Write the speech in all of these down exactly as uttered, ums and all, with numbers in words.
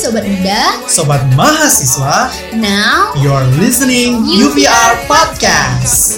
Sobat Muda, Sobat Mahasiswa. Now You're listening U V R Podcast.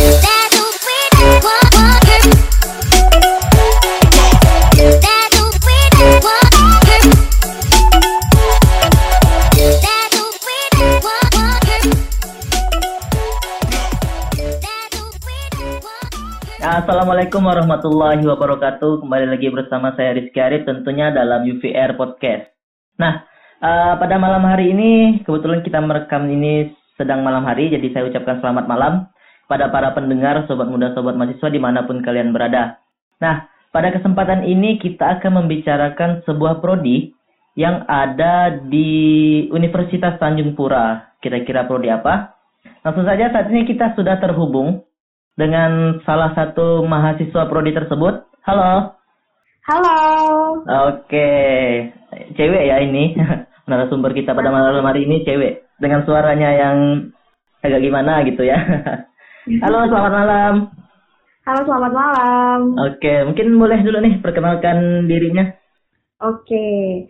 Assalamualaikum warahmatullahi wabarakatuh. Kembali lagi bersama saya Rizky Arif tentunya dalam U V R Podcast. Nah, uh, pada malam hari ini kebetulan kita merekam ini sedang malam hari, jadi saya ucapkan selamat malam kepada para pendengar, sobat muda, sobat mahasiswa dimanapun kalian berada. Nah, pada kesempatan ini kita akan membicarakan sebuah prodi yang ada di Universitas Tanjung Pura. Kira-kira prodi apa? Langsung saja saat ini kita sudah terhubung dengan salah satu mahasiswa prodi tersebut. Halo. Halo. Oke, cewek ya ini. Narasumber kita pada malam hari ini cewek dengan suaranya yang agak gimana gitu ya. Halo, selamat malam. Halo, selamat malam. Oke, mungkin boleh dulu nih perkenalkan dirinya. Oke.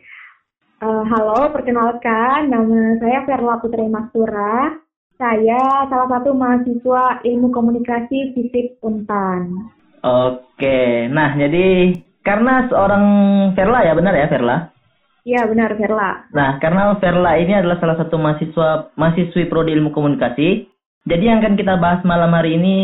Uh, halo, perkenalkan nama saya Verla Putri Mastura. Saya salah satu mahasiswa Ilmu Komunikasi Fisip Untan. Oke, nah jadi karena seorang Verla ya, benar ya Verla? Iya benar Verla. Nah karena Verla ini adalah salah satu mahasiswa mahasiswi Prodi Ilmu Komunikasi, jadi yang akan kita bahas malam hari ini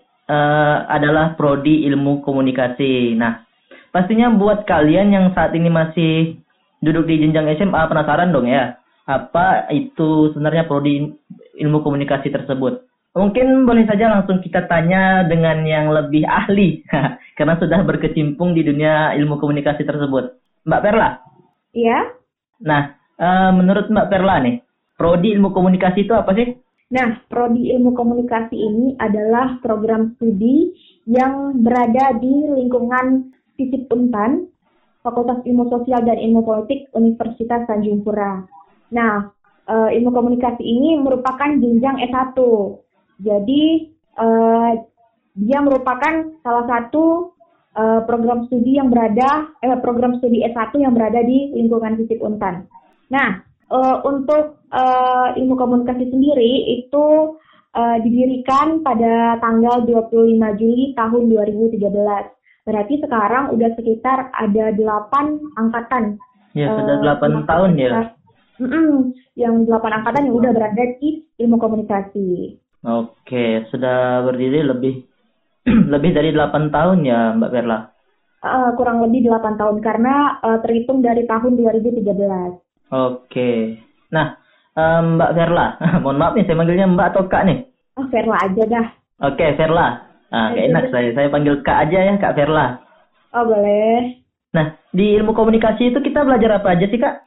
uh, adalah Prodi Ilmu Komunikasi. Nah pastinya buat kalian yang saat ini masih duduk di jenjang S M A penasaran dong ya, apa itu sebenarnya Prodi Ilmu Komunikasi tersebut. Mungkin boleh saja langsung kita tanya dengan yang lebih ahli, karena sudah berkecimpung di dunia ilmu komunikasi tersebut. Mbak Verla? Iya? Nah, uh, menurut Mbak Verla nih, Prodi Ilmu Komunikasi itu apa sih? Nah, Prodi Ilmu Komunikasi ini adalah program studi yang berada di lingkungan Fisip Untan, Fakultas Ilmu Sosial dan Ilmu Politik Universitas Tanjung Pura. Nah, uh, ilmu komunikasi ini merupakan jenjang S satu. Jadi, uh, dia merupakan salah satu uh, program studi yang berada, eh, program studi S satu yang berada di lingkungan Fisip Untan. Nah, uh, untuk uh, ilmu komunikasi sendiri itu uh, didirikan pada tanggal dua puluh lima Juli tahun dua ribu tiga belas. Berarti sekarang udah sekitar ada delapan angkatan. Ya, sudah delapan uh, tahun ya. Mm-mm, yang delapan angkatan yang udah berada di ilmu komunikasi. Oke, sudah berdiri lebih lebih dari delapan tahun ya Mbak Verla? Uh, kurang lebih delapan tahun karena uh, terhitung dari tahun dua ribu tiga belas. Oke. Nah, um, Mbak Verla, mohon maaf nih saya manggilnya Mbak atau Kak nih? Oh, Verla aja dah. Oke, Verla. Nah, kayak enak saya saya panggil Kak aja ya, Kak Verla. Oh, boleh. Nah, di ilmu komunikasi itu kita belajar apa aja sih, Kak?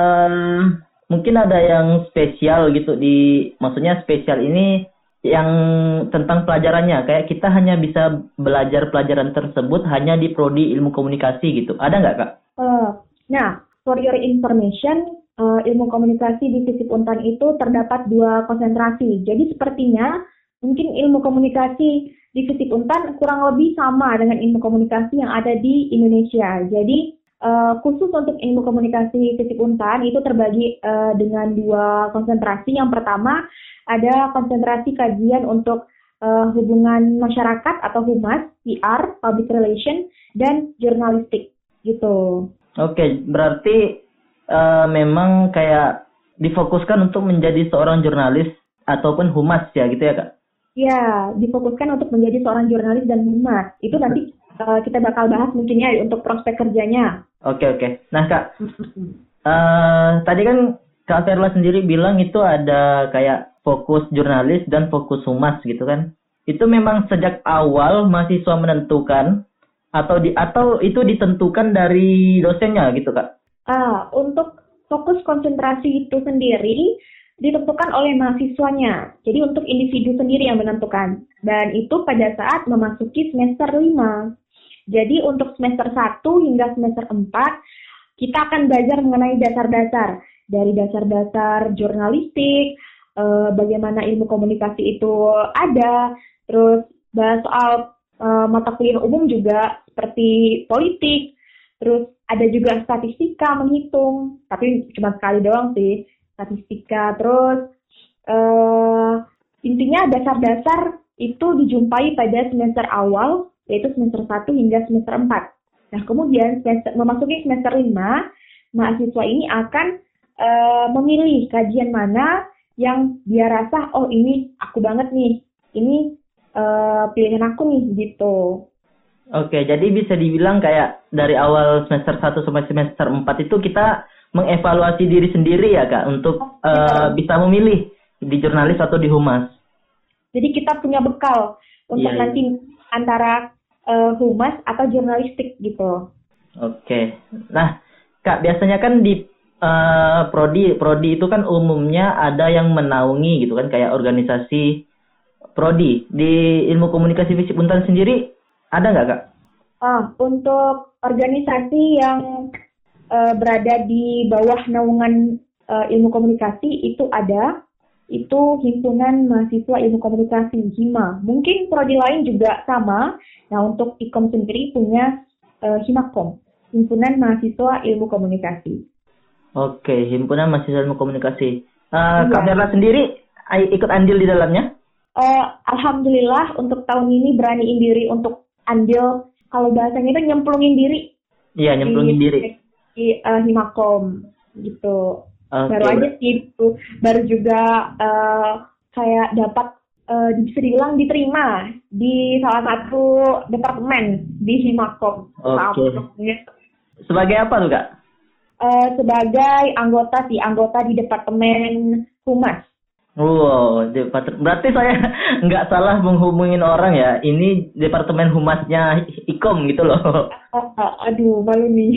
Um, mungkin ada yang spesial gitu di, maksudnya spesial ini yang tentang pelajarannya, kayak kita hanya bisa belajar pelajaran tersebut hanya di prodi ilmu komunikasi gitu, ada nggak Kak? Uh, nah, for your information, uh, ilmu komunikasi di Fisip Untan itu terdapat dua konsentrasi. Jadi sepertinya mungkin ilmu komunikasi di Fisip Untan kurang lebih sama dengan ilmu komunikasi yang ada di Indonesia. Jadi Uh, khusus untuk ilmu komunikasi Fisip Untan itu terbagi uh, dengan dua konsentrasi. Yang pertama ada konsentrasi kajian untuk uh, hubungan masyarakat atau humas, P R, Public Relation, dan jurnalistik gitu. Oke, berarti uh, memang kayak difokuskan untuk menjadi seorang jurnalis ataupun humas ya gitu ya Kak? Ya, difokuskan untuk menjadi seorang jurnalis dan humas. Itu nanti uh, kita bakal bahas mungkin ya untuk prospek kerjanya. Oke oke. Nah Kak, uh, tadi kan Kak Verla sendiri bilang itu ada kayak fokus jurnalis dan fokus humas gitu kan? Itu memang sejak awal mahasiswa menentukan atau di atau itu ditentukan dari dosennya gitu Kak? Ah, untuk fokus konsentrasi itu sendiri ditentukan oleh mahasiswanya. Jadi untuk individu sendiri yang menentukan. Dan itu pada saat memasuki semester lima. Jadi untuk semester satu hingga semester empat, kita akan belajar mengenai dasar-dasar. Dari dasar-dasar jurnalistik, eh, bagaimana ilmu komunikasi itu ada, terus bahas soal eh, mata kuliah umum juga, seperti politik, Terus ada juga statistika menghitung, tapi cuma sekali doang sih statistika. Terus uh, intinya dasar-dasar itu dijumpai pada semester awal, yaitu semester satu hingga semester empat. Nah, kemudian semester, memasuki semester lima, mahasiswa ini akan uh, memilih kajian mana yang dia rasa, oh ini aku banget nih, ini uh, pilihan aku nih, gitu. Oke, jadi bisa dibilang kayak dari awal semester satu sampai semester empat itu kita mengevaluasi diri sendiri ya Kak, untuk uh, bisa memilih di jurnalis atau di humas. Jadi kita punya bekal untuk yeah, nanti yeah. antara uh, humas atau jurnalistik gitu. Oke, nah Kak, biasanya kan di uh, prodi, prodi itu kan umumnya ada yang menaungi gitu kan, kayak organisasi prodi. Di ilmu komunikasi Visip Untan sendiri ada nggak Kak? Ah, untuk organisasi yang uh, berada di bawah naungan uh, ilmu komunikasi itu ada, itu Himpunan Mahasiswa Ilmu Komunikasi, HIMA. Mungkin prodi lain juga sama. Nah, untuk I K O M sendiri punya uh, HIMAKOM, Himpunan Mahasiswa Ilmu Komunikasi. Oke, Himpunan Mahasiswa Ilmu Komunikasi. Uh, ya. Kak Merla sendiri ikut andil di dalamnya? Uh, Alhamdulillah untuk tahun ini beraniin diri untuk andil, kalau bahasanya itu nyemplungin diri. Iya, nyemplungin di, diri. Di uh, HIMAKOM, gitu. Okay. Baru aja sih itu, baru juga uh, kayak dapat uh, bisa dibilang diterima di salah satu departemen di HIMAKOM. Oke. Okay. Sebagai apa tuh Kak? Uh, sebagai anggota sih, anggota di departemen humas. Wow, departemen. Berarti saya nggak salah menghubungin orang ya. Ini departemen humasnya I K O M gitu loh. Uh, aduh, malu nih.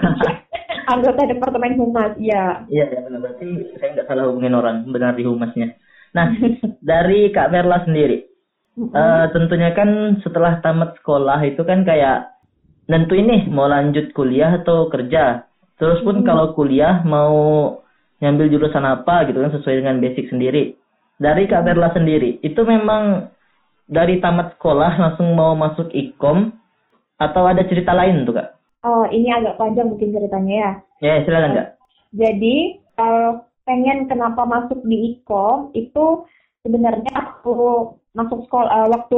Anggota departemen humas, ya. Iya, ya, berarti saya nggak salah hubungin orang, benar di humasnya. Nah, dari Kak Merla sendiri, mm-hmm. uh, tentunya kan setelah tamat sekolah itu kan kayak nentuin nih mau lanjut kuliah atau kerja. Terus pun mm-hmm. kalau kuliah mau ngambil jurusan apa gitu kan sesuai dengan basic sendiri. Dari Kak Merla sendiri, itu memang dari tamat sekolah langsung mau masuk I K O M atau ada cerita lain tuh Kak? Oh, ini agak panjang mungkin ceritanya ya. Ya, silakan Kak. Jadi, kalau pengen kenapa masuk di I K O M, itu sebenarnya aku masuk sekolah, uh, waktu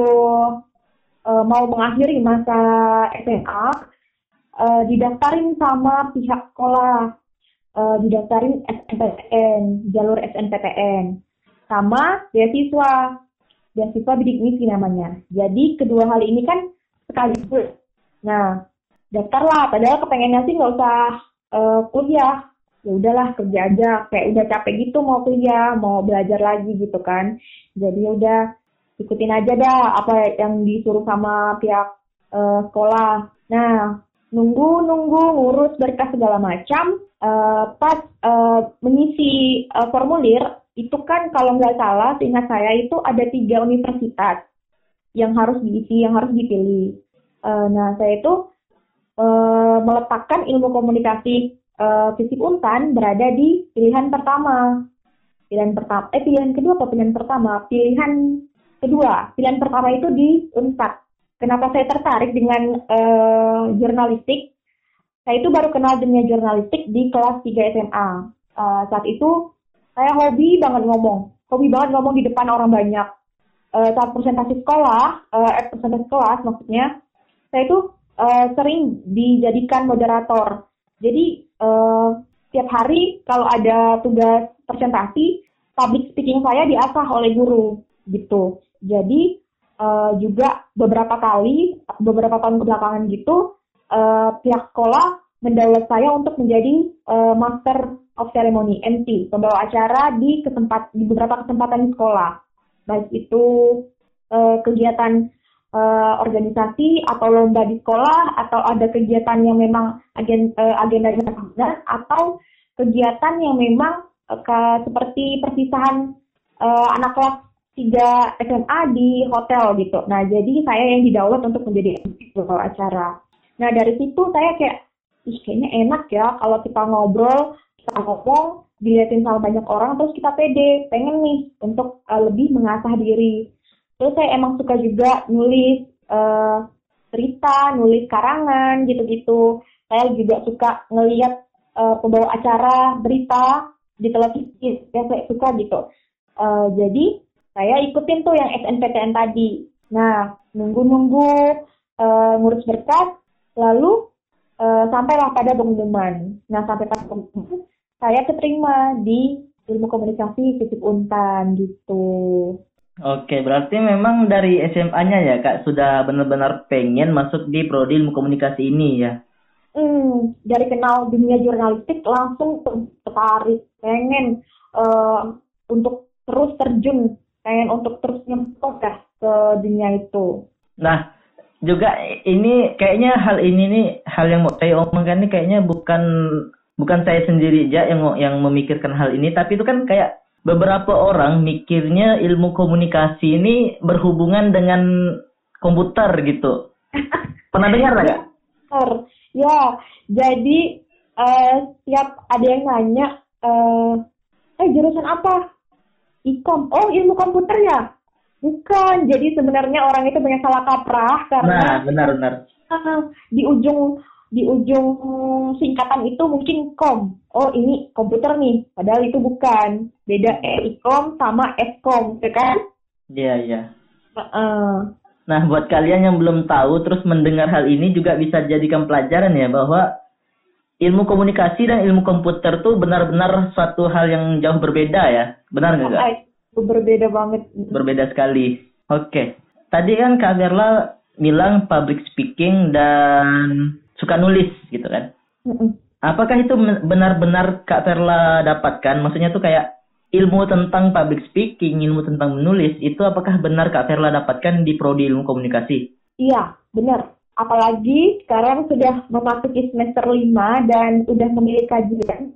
uh, mau mengakhiri masa S M A, uh, didaftarin sama pihak sekolah, uh, didaftarin S N P T N, jalur S N P T N, sama beasiswa, beasiswa bidik misi namanya. Jadi, kedua hal ini kan sekaligus. Nah, daftarlah, padahal kepengennya sih nggak usah uh, kuliah, ya udahlah kerja aja, kayak udah capek gitu mau kuliah, mau belajar lagi gitu kan. Jadi ya udah ikutin aja dah apa yang disuruh sama pihak uh, sekolah. Nah, nunggu nunggu ngurus berkas segala macam, uh, pas uh, mengisi uh, formulir itu kan kalau nggak salah, seingat saya itu ada tiga universitas yang harus diisi, yang harus dipilih. Uh, nah, saya itu Uh, meletakkan ilmu komunikasi uh, Visip Untan berada di pilihan pertama. Pilihan pertama, eh pilihan kedua apa pilihan pertama? Pilihan kedua. Pilihan pertama itu di Unpad. Kenapa saya tertarik dengan uh, jurnalistik? Saya itu baru kenal dunia jurnalistik di kelas tiga S M A. Uh, saat itu saya hobi banget ngomong, hobi banget ngomong di depan orang banyak. Uh, saat presentasi sekolah, uh, presentasi kelas maksudnya, saya itu Uh, sering dijadikan moderator. Jadi uh, tiap hari kalau ada tugas presentasi, public speaking saya diasah oleh guru gitu. Jadi uh, juga beberapa kali, beberapa tahun kebelakangan gitu, uh, pihak sekolah mendaulat saya untuk menjadi uh, Master of Ceremony M C, pembawa acara di ketempat di beberapa kesempatan di sekolah. Baik itu uh, kegiatan Uh, organisasi atau lomba di sekolah, atau ada kegiatan yang memang agen, uh, agendanya benar, atau kegiatan yang memang uh, ke, seperti perpisahan uh, anak kelas tiga S M A di hotel gitu. Nah, jadi saya yang didaulat untuk menjadi M C acara. Nah, dari situ saya kayak, ih kayaknya enak ya kalau kita ngobrol, kita ngomong, dilihatin sama banyak orang, terus kita pede, pengen nih untuk uh, lebih mengasah diri. Terus saya emang suka juga nulis uh, cerita, nulis karangan gitu-gitu. Saya juga suka ngelihat uh, pembawa acara berita di televisi, ya saya suka gitu. Uh, jadi saya ikutin tuh yang S N P T N tadi. Nah, nunggu-nunggu uh, ngurus berkas, lalu uh, sampailah pada pengumuman. Nah, sampai pada pengumuman, saya keterima di ilmu komunikasi FISIP Untan gitu. Oke, berarti memang dari S M A-nya ya Kak sudah benar-benar pengen masuk di prodi ilmu komunikasi ini ya? Hmm, dari kenal dunia jurnalistik langsung tertarik, pengen uh, untuk terus terjun, pengen untuk terus nyemplung dah ke dunia itu. Nah, juga ini kayaknya hal ini nih hal yang mau saya omongkan ini kayaknya bukan bukan saya sendiri aja yang yang memikirkan hal ini, tapi itu kan kayak beberapa orang mikirnya ilmu komunikasi ini berhubungan dengan komputer gitu. Pernah dengar nggak? Ya, jadi uh, setiap ada yang nanya, uh, eh jurusan apa? Ikom. Oh, ilmu komputer ya? Bukan. Jadi sebenarnya orang itu banyak salah kaprah karena nah, benar-benar uh, di ujung di ujung singkatan itu mungkin kom. Oh, ini komputer nih. Padahal itu bukan. Beda e ikom sama eskom, ya kan? Iya, iya. Uh-uh. Nah, buat kalian yang belum tahu terus mendengar hal ini juga bisa jadikan pelajaran ya bahwa ilmu komunikasi dan ilmu komputer tuh benar-benar suatu hal yang jauh berbeda ya. Benar nggak Kak? Berbeda banget. Berbeda sekali. Oke. Tadi kan Kak Verla bilang public speaking dan suka nulis gitu kan. Mm-mm. Apakah itu benar-benar Kak Verla dapatkan? Maksudnya tuh kayak ilmu tentang public speaking, ilmu tentang menulis, itu apakah benar Kak Verla dapatkan di prodi ilmu komunikasi? Iya, benar. Apalagi sekarang sudah memasuki semester lima dan sudah memilih kajian.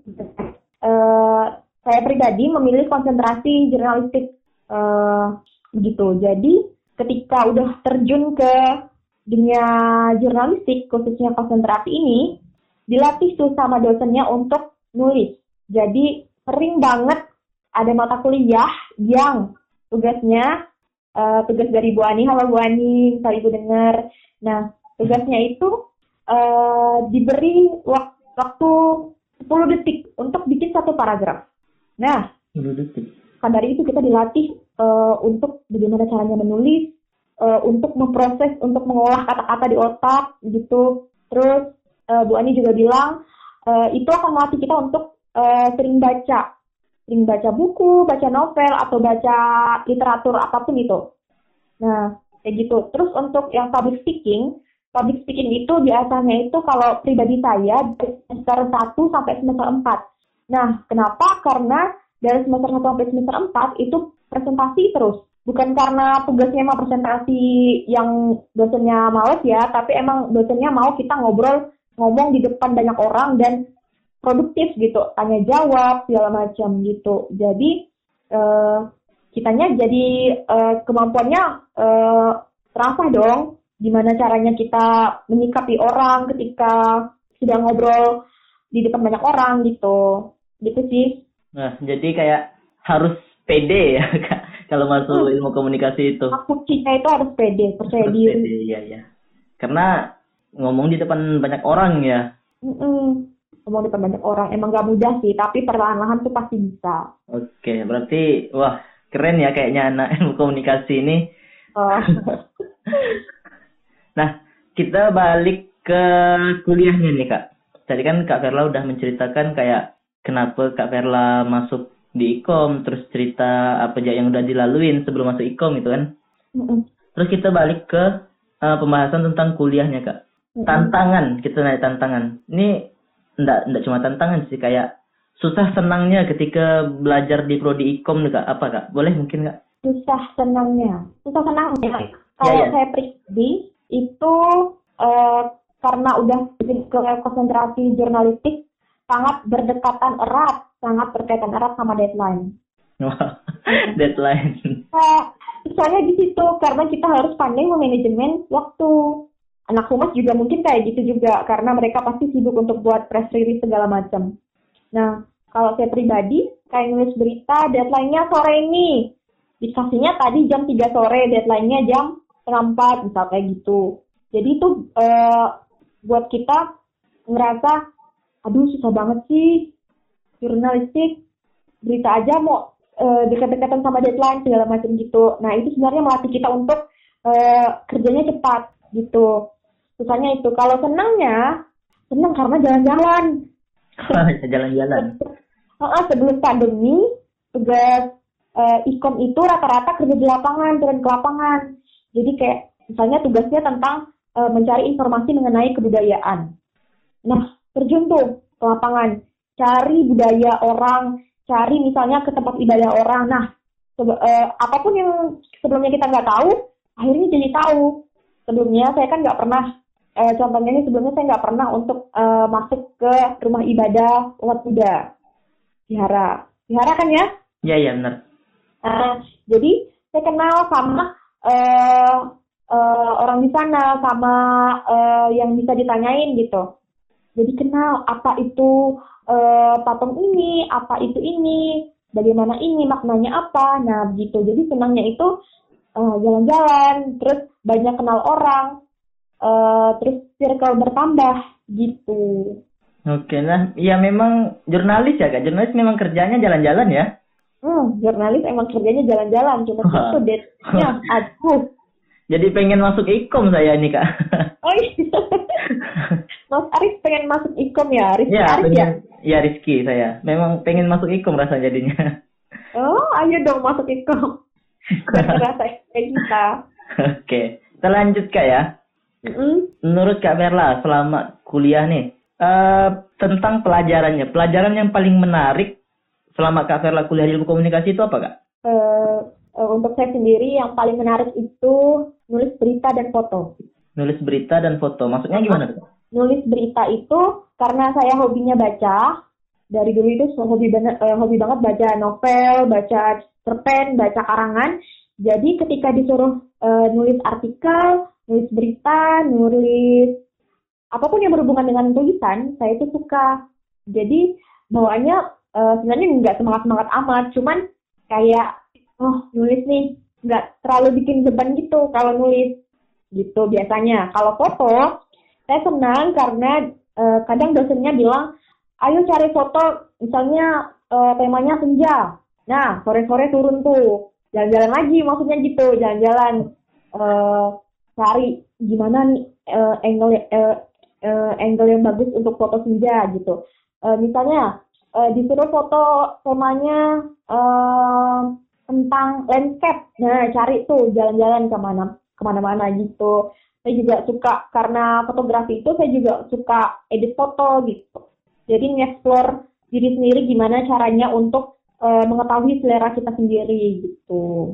Uh, saya pribadi memilih konsentrasi jurnalistik. Uh, gitu. Jadi ketika udah terjun ke dunia jurnalistik, khususnya konsentrasi ini, dilatih tuh sama dosennya untuk nulis. Jadi sering banget ada mata kuliah yang tugasnya, uh, tugas dari Bu Ani, halo Bu Ani, misal Ibu dengar. Nah, tugasnya itu uh, diberi wak- waktu sepuluh detik untuk bikin satu paragraf. Nah, sepuluh detik. Kan dari itu kita dilatih uh, untuk bagaimana caranya menulis, uh, untuk memproses, untuk mengolah kata-kata di otak, gitu. Terus uh, Bu Ani juga bilang, uh, itu akan melatih kita untuk uh, sering baca. Sering baca buku, baca novel, atau baca literatur apapun itu. Nah, kayak gitu. Terus untuk yang public speaking, public speaking itu biasanya itu kalau pribadi saya dari semester satu sampai semester empat. Nah, kenapa? Karena dari semester satu sampai semester empat itu presentasi terus. Bukan karena tugasnya emang presentasi yang dosennya males ya, tapi emang dosennya mau kita ngobrol, ngomong di depan banyak orang dan produktif gitu, tanya jawab segala macam gitu. Jadi eh, kitanya jadi eh, kemampuannya eh, terasa dong, gimana caranya kita menyikapi orang ketika sedang ngobrol di depan banyak orang gitu, gitu sih. Nah, jadi kayak harus pede ya Kak, kalau masuk hmm. ilmu komunikasi itu. Kuncinya itu harus pede, percaya harus diri. Pede, iya ya. Karena ngomong di depan banyak orang ya. Mm-mm. Ngomong di depan banyak orang emang gak mudah sih, tapi perlahan-lahan tuh pasti bisa. Oke, berarti wah keren ya kayaknya anak ilmu komunikasi ini. Oh. Nah, kita balik ke kuliahnya nih Kak. Tadi kan Kak Verla udah menceritakan kayak kenapa Kak Verla masuk di Ikom, terus cerita apa aja yang udah dilaluin sebelum masuk Ikom gitu kan. Mm-mm. Terus kita balik ke uh, pembahasan tentang kuliahnya Kak. Mm-mm. Tantangan, kita naik tantangan. Ini enggak enggak cuma tantangan sih, kayak susah senangnya ketika belajar di prodi Ikom nih Kak. Apa Kak? Boleh mungkin Kak? Susah senangnya. Susah senangnya. Kalau ya, ya. saya pribadi itu uh, karena udah ke konsentrasi jurnalistik sangat berdekatan erat, sangat berkaitan erat sama deadline. Deadline. Nah, soalnya di situ karena kita harus pandai memanajemen waktu. Anak humas juga mungkin kayak gitu juga karena mereka pasti sibuk untuk buat press release segala macam. Nah, kalau saya pribadi kayak nulis berita, deadline-nya sore ini. Dikasihnya tadi jam tiga sore, deadline-nya jam setengah empat, misal kayak gitu. Jadi itu uh, buat kita ngerasa, aduh susah banget sih jurnalistik, berita aja mau uh, dekat-dekatan sama deadline segala macam gitu. Nah itu sebenarnya melatih kita untuk uh, kerjanya cepat gitu. Susahnya itu. Kalau senangnya, senang karena jalan-jalan. Jalan-jalan. Uh, sebelum pandemi, tugas uh, ikom itu rata-rata kerja di lapangan, turun ke lapangan. Jadi kayak misalnya tugasnya tentang uh, mencari informasi mengenai kebudayaan. Nah, terjun tuh ke lapangan, cari budaya orang, cari misalnya ke tempat ibadah orang. Nah, sebe- uh, apapun yang sebelumnya kita nggak tahu, akhirnya jadi tahu. Sebelumnya saya kan nggak pernah, uh, contohnya ini sebelumnya saya nggak pernah untuk uh, masuk ke rumah ibadah umat Buddha, vihara. Vihara kan ya? Iya, iya benar. Uh, jadi saya kenal sama uh, uh, orang di sana, sama uh, yang bisa ditanyain gitu. Jadi kenal apa itu uh, patung ini, apa itu ini, bagaimana ini, maknanya apa. Nah begitu. Jadi senangnya itu uh, jalan-jalan, terus banyak kenal orang, uh, terus circle bertambah gitu. Oke, nah ya memang jurnalis ya Kak. Jurnalis memang kerjanya jalan-jalan ya. Hmm, jurnalis emang kerjanya jalan-jalan, cuma itu date-nya, aduh. Jadi pengen masuk ikom saya ini Kak. Oh iya. Mas Aris pengen masuk ikom ya? Rizky ya, Aris pengen, ya? Ya Rizky saya. Memang pengen masuk ikom rasa jadinya. Oh, ayo dong masuk ikom. Biar ngerasain kayak kita. Oke, kita lanjut Kak ya. Mm-mm. Menurut Kak Verla selama kuliah nih, uh, tentang pelajarannya, pelajaran yang paling menarik selama Kak Verla kuliah di ilmu komunikasi itu apa Kak? Uh, uh, untuk saya sendiri yang paling menarik itu nulis berita dan foto. Nulis berita dan foto, maksudnya gimana Kak? Nulis berita itu karena saya hobinya baca. Dari dulu itu hobi banget, uh, hobi banget baca novel, baca cerpen, baca karangan. Jadi ketika disuruh uh, nulis artikel, nulis berita, nulis apapun yang berhubungan dengan tulisan, saya itu suka. Jadi bawaannya uh, sebenarnya nggak semangat-semangat amat, cuman kayak, oh nulis nih, nggak terlalu bikin beban gitu kalau nulis. Gitu biasanya. Kalau foto, saya senang karena uh, kadang dosennya bilang, ayo cari foto, misalnya uh, temanya senja. Nah, sore-sore turun tuh, jalan-jalan lagi, maksudnya gitu, jalan-jalan, uh, cari gimana nih uh, angle uh, uh, angle yang bagus untuk foto senja gitu. Uh, misalnya uh, disuruh foto temanya uh, tentang landscape, nah cari tuh jalan-jalan kemana kemana-mana gitu. Saya juga suka karena fotografi itu saya juga suka edit foto gitu. Jadi nge-explore diri sendiri gimana caranya untuk uh, mengetahui selera kita sendiri gitu.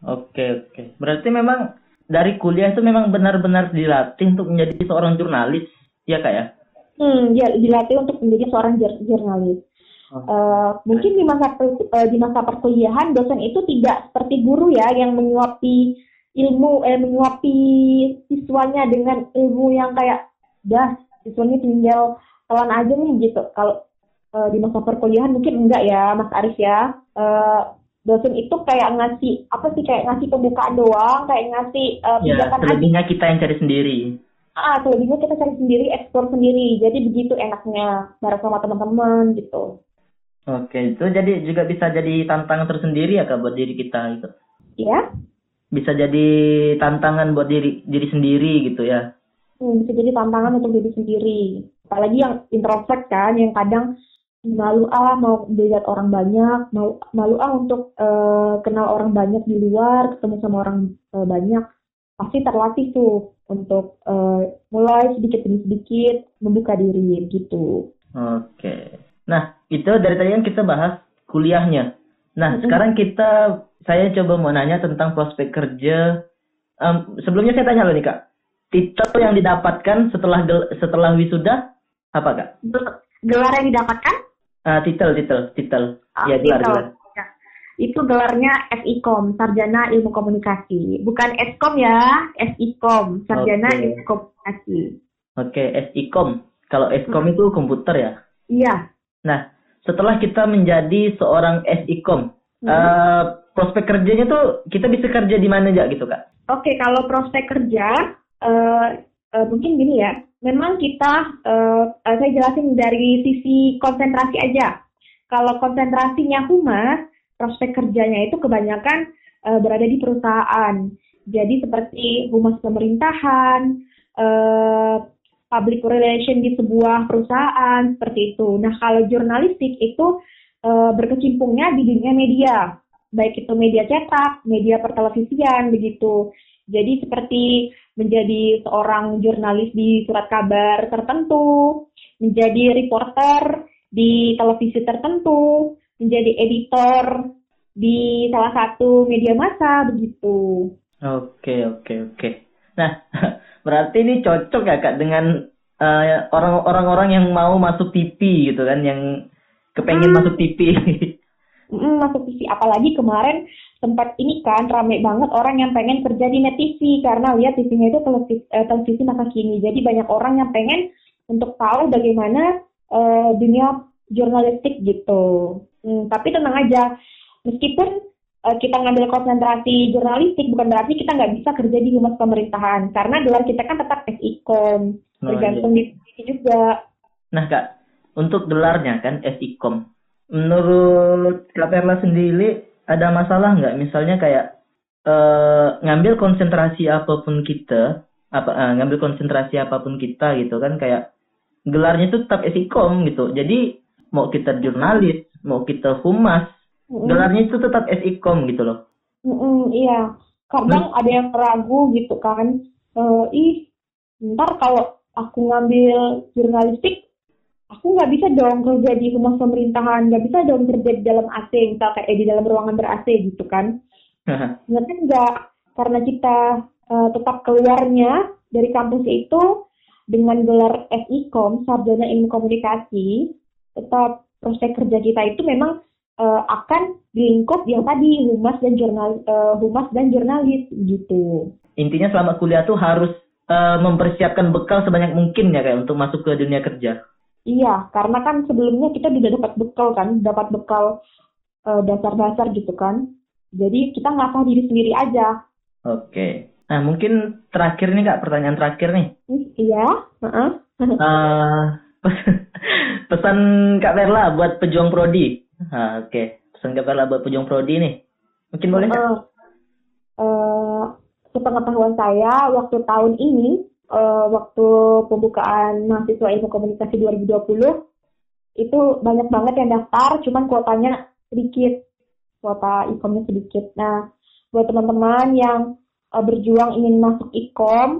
Oke oke. Berarti memang dari kuliah itu memang benar-benar dilatih untuk menjadi seorang jurnalis, ya Kak ya? Hmm, dia dilatih untuk menjadi seorang jur- jurnalis. Oh. Uh, mungkin di masa uh, di masa perkuliahan dosen itu tidak seperti guru ya yang menyuapi ilmu eh menyuapi siswanya dengan ilmu yang kayak dah siswanya tinggal telan aja nih gitu. Kalau uh, di masa perkuliahan mungkin enggak ya Mas Aris ya. Uh, dosen itu kayak ngasih apa sih kayak ngasih pembukaan doang, kayak ngasih uh, ya, selebihnya aja. Kita yang cari sendiri. Ah, selebihnya kita cari sendiri, eksplor sendiri. Jadi begitu enaknya bareng sama teman-teman gitu. Oke, itu jadi juga bisa jadi tantangan tersendiri ya Kak buat diri kita itu. Iya. Bisa jadi tantangan buat diri diri sendiri gitu ya. Hmm, bisa jadi tantangan untuk diri sendiri. Apalagi yang introvert kan, yang kadang malu ah mau dilihat orang banyak, mau malu ah untuk uh, kenal orang banyak di luar, ketemu sama orang uh, banyak. Pasti terlatih tuh untuk uh, mulai sedikit demi sedikit membuka diri gitu. Oke. Nah, itu dari tadi kan kita bahas kuliahnya. Nah, mm-hmm. sekarang kita saya coba mau nanya tentang prospek kerja. Um, sebelumnya saya tanya loh nih Kak, titel yang didapatkan setelah gel- setelah wisuda apa Kak? Gelar yang didapatkan? Uh, titel, titel, titel. Oh, ya gelar, titel. gelar. Ya. Itu gelarnya S I K O M, Sarjana Ilmu Komunikasi. Bukan S K O M ya, S I K O M, Sarjana okay. Ilmu Komunikasi. Oke, okay, S I K O M. Kalau S K O M hmm. itu komputer ya? Iya. Nah, setelah kita menjadi seorang S I K O M, hmm. uh, prospek kerjanya tuh kita bisa kerja di mana aja gitu Kak? Oke, okay, kalau prospek kerja uh, uh, mungkin gini ya. memang kita, uh, saya jelasin dari sisi konsentrasi aja. Kalau konsentrasinya humas, prospek kerjanya itu kebanyakan uh, berada di perusahaan. Jadi seperti humas pemerintahan, uh, public relation di sebuah perusahaan, seperti itu. Nah, kalau jurnalistik itu uh, berkecimpungnya di dunia media, baik itu media cetak, media pertelevisian, begitu. Jadi seperti menjadi seorang jurnalis di surat kabar tertentu, menjadi reporter di televisi tertentu, menjadi editor di salah satu media massa, begitu. Oke, oke, oke. Nah, berarti ini cocok ya Kak dengan uh, orang- orang-orang yang mau masuk T V gitu kan, yang kepengen Hmm. masuk T V. Mm, masuk T V, apalagi kemarin sempat ini kan rame banget orang yang pengen kerja di Net T V karena lihat T V-nya itu televisi, eh, televisi masa kini. Jadi banyak orang yang pengen untuk tahu bagaimana eh, dunia jurnalistik gitu. Hmm, tapi tenang aja, meskipun eh, kita ngambil konsentrasi jurnalistik bukan berarti kita nggak bisa kerja di humas pemerintahan karena gelar kita kan tetap S I K O M, Oh, tergantung di divisi juga. Nah Kak, untuk gelarnya kan S I K O M, menurut Kak Perla sendiri ada masalah nggak? Misalnya kayak eh, ngambil konsentrasi apapun kita, apa eh, ngambil konsentrasi apapun kita gitu kan, kayak gelarnya itu tetap S I K O M gitu. Jadi mau kita jurnalis, mau kita humas, Mm-mm. gelarnya itu tetap S I K O M gitu loh. Mm-mm, iya, kadang ada yang ragu gitu kan, Eh, ih, ntar kalau aku ngambil jurnalistik, aku nggak bisa dong kerja di humas pemerintahan, nggak bisa dong kerja di dalam A C, misal kayak di dalam ruangan ber-A C gitu kan. Sebenarnya enggak, karena kita eh, tetap keluarnya dari kampus itu dengan gelar S I K O M, Sarjana Ilmu Komunikasi, tetap prospek kerja kita itu memang eh, akan di lingkup yang tadi humas dan jurnal eh, humas dan jurnalis gitu. Intinya selama kuliah tuh harus eh, mempersiapkan bekal sebanyak mungkin ya kayak untuk masuk ke dunia kerja. Iya, karena kan sebelumnya kita juga dapat bekal kan, dapat bekal eh, dasar-dasar gitu kan. Jadi kita ngasah diri sendiri aja. Oke. Nah mungkin terakhir nih Kak, pertanyaan terakhir nih. Hmm, Iya, heeh. Eh, pesan Kak Perla buat pejuang prodi. Ah, Oke, pesan Kak Perla buat pejuang prodi nih. Mungkin boleh nggak? Eh, eh, sepengetahuan saya waktu tahun ini, eh, waktu pembukaan mahasiswa ilmu komunikasi dua ribu dua puluh, itu banyak banget yang daftar, cuman kuotanya sedikit, kuota I K O M-nya sedikit. Nah, buat teman-teman yang eh, berjuang ingin masuk I K O M,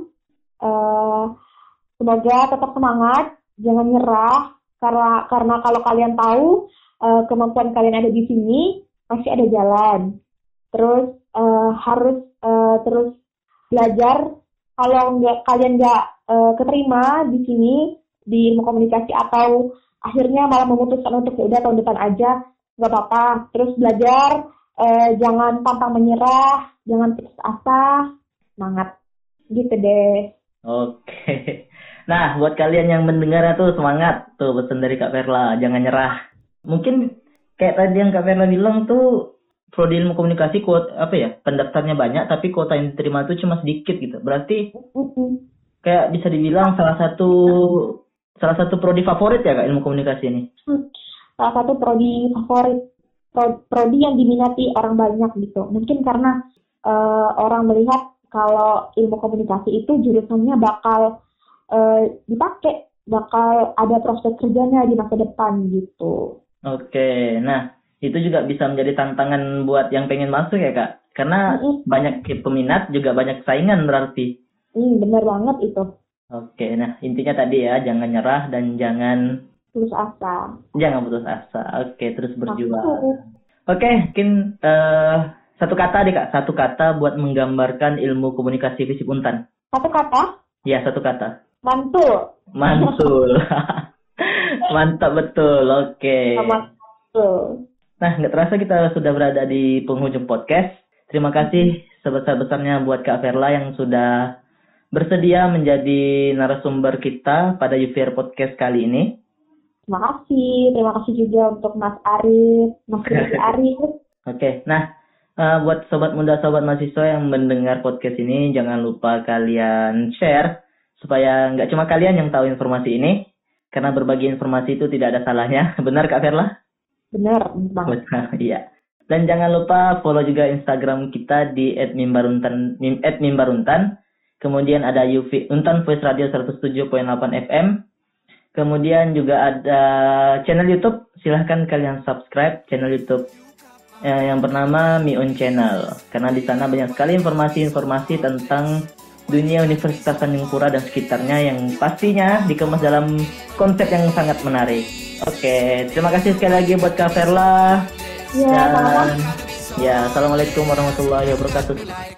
eh, semoga tetap semangat, jangan nyerah, karena karena kalau kalian tahu eh, kemampuan kalian ada di sini, pasti ada jalan. Terus eh, harus eh, terus belajar. Kalau nggak kalian nggak eh, keterima di sini di ilmu komunikasi atau akhirnya malah memutuskan untuk ya udah tahun depan aja, nggak apa-apa. Terus belajar, eh, jangan pantang menyerah, jangan putus asa, semangat gitu deh. Oke. Nah, buat kalian yang mendengar tuh semangat tuh pesan dari Kak Perla, jangan nyerah. Mungkin kayak tadi yang Kak Perla bilang tuh prodi ilmu komunikasi kuota apa ya pendaftarnya banyak tapi kuota yang diterima tuh cuma sedikit gitu. Berarti Mm-mm. kayak bisa dibilang salah satu salah satu prodi favorit ya Kak ilmu komunikasi ini. Hmm, Salah satu prodi favorit, pro- prodi yang diminati orang banyak gitu. Mungkin karena eh, orang melihat kalau ilmu komunikasi itu jurusannya bakal eh, dipakai, bakal ada prospek kerjanya di masa depan gitu. Oke, nah itu juga bisa menjadi tantangan buat yang pengen masuk ya Kak. Karena Mm-mm. banyak peminat juga banyak saingan berarti. Hmm, bener banget itu. Oke, nah intinya tadi ya jangan nyerah dan jangan Putus asa. jangan putus asa. Oke, terus berjuang. Masuk. Oke, mungkin eh, satu kata deh Kak, satu kata buat menggambarkan ilmu komunikasi FISIP Untan. Satu kata, Ya, satu kata. mantul. Mantul. Mantap betul. Oke. Mantul. Nah, nggak terasa kita sudah berada di penghujung podcast. Terima kasih sebesar-besarnya buat Kak Perla yang sudah bersedia menjadi narasumber kita pada U V R Podcast kali ini. Terima kasih. Terima kasih juga untuk Mas Arif, Mas Rizky Arif. Oke, nah eh, buat sobat muda, sobat mahasiswa yang mendengar podcast ini, jangan lupa kalian share supaya nggak cuma kalian yang tahu informasi ini, karena berbagi informasi itu tidak ada salahnya. Benar Kak Verla? Benar, Bang. Iya. Dan jangan lupa follow juga Instagram kita di et mimbaruntan, et mimbaruntan. Kemudian ada U V Untan Voice Radio seratus tujuh koma delapan F M. Kemudian juga ada channel YouTube. Silahkan kalian subscribe channel YouTube eh, yang bernama Miun Channel. Karena di sana banyak sekali informasi-informasi tentang dunia Universitas Tanjung Pura dan sekitarnya yang pastinya dikemas dalam konsep yang sangat menarik. Oke, terima kasih sekali lagi buat Kak Verla. Ya, Dan ya, assalamualaikum warahmatullahi wabarakatuh.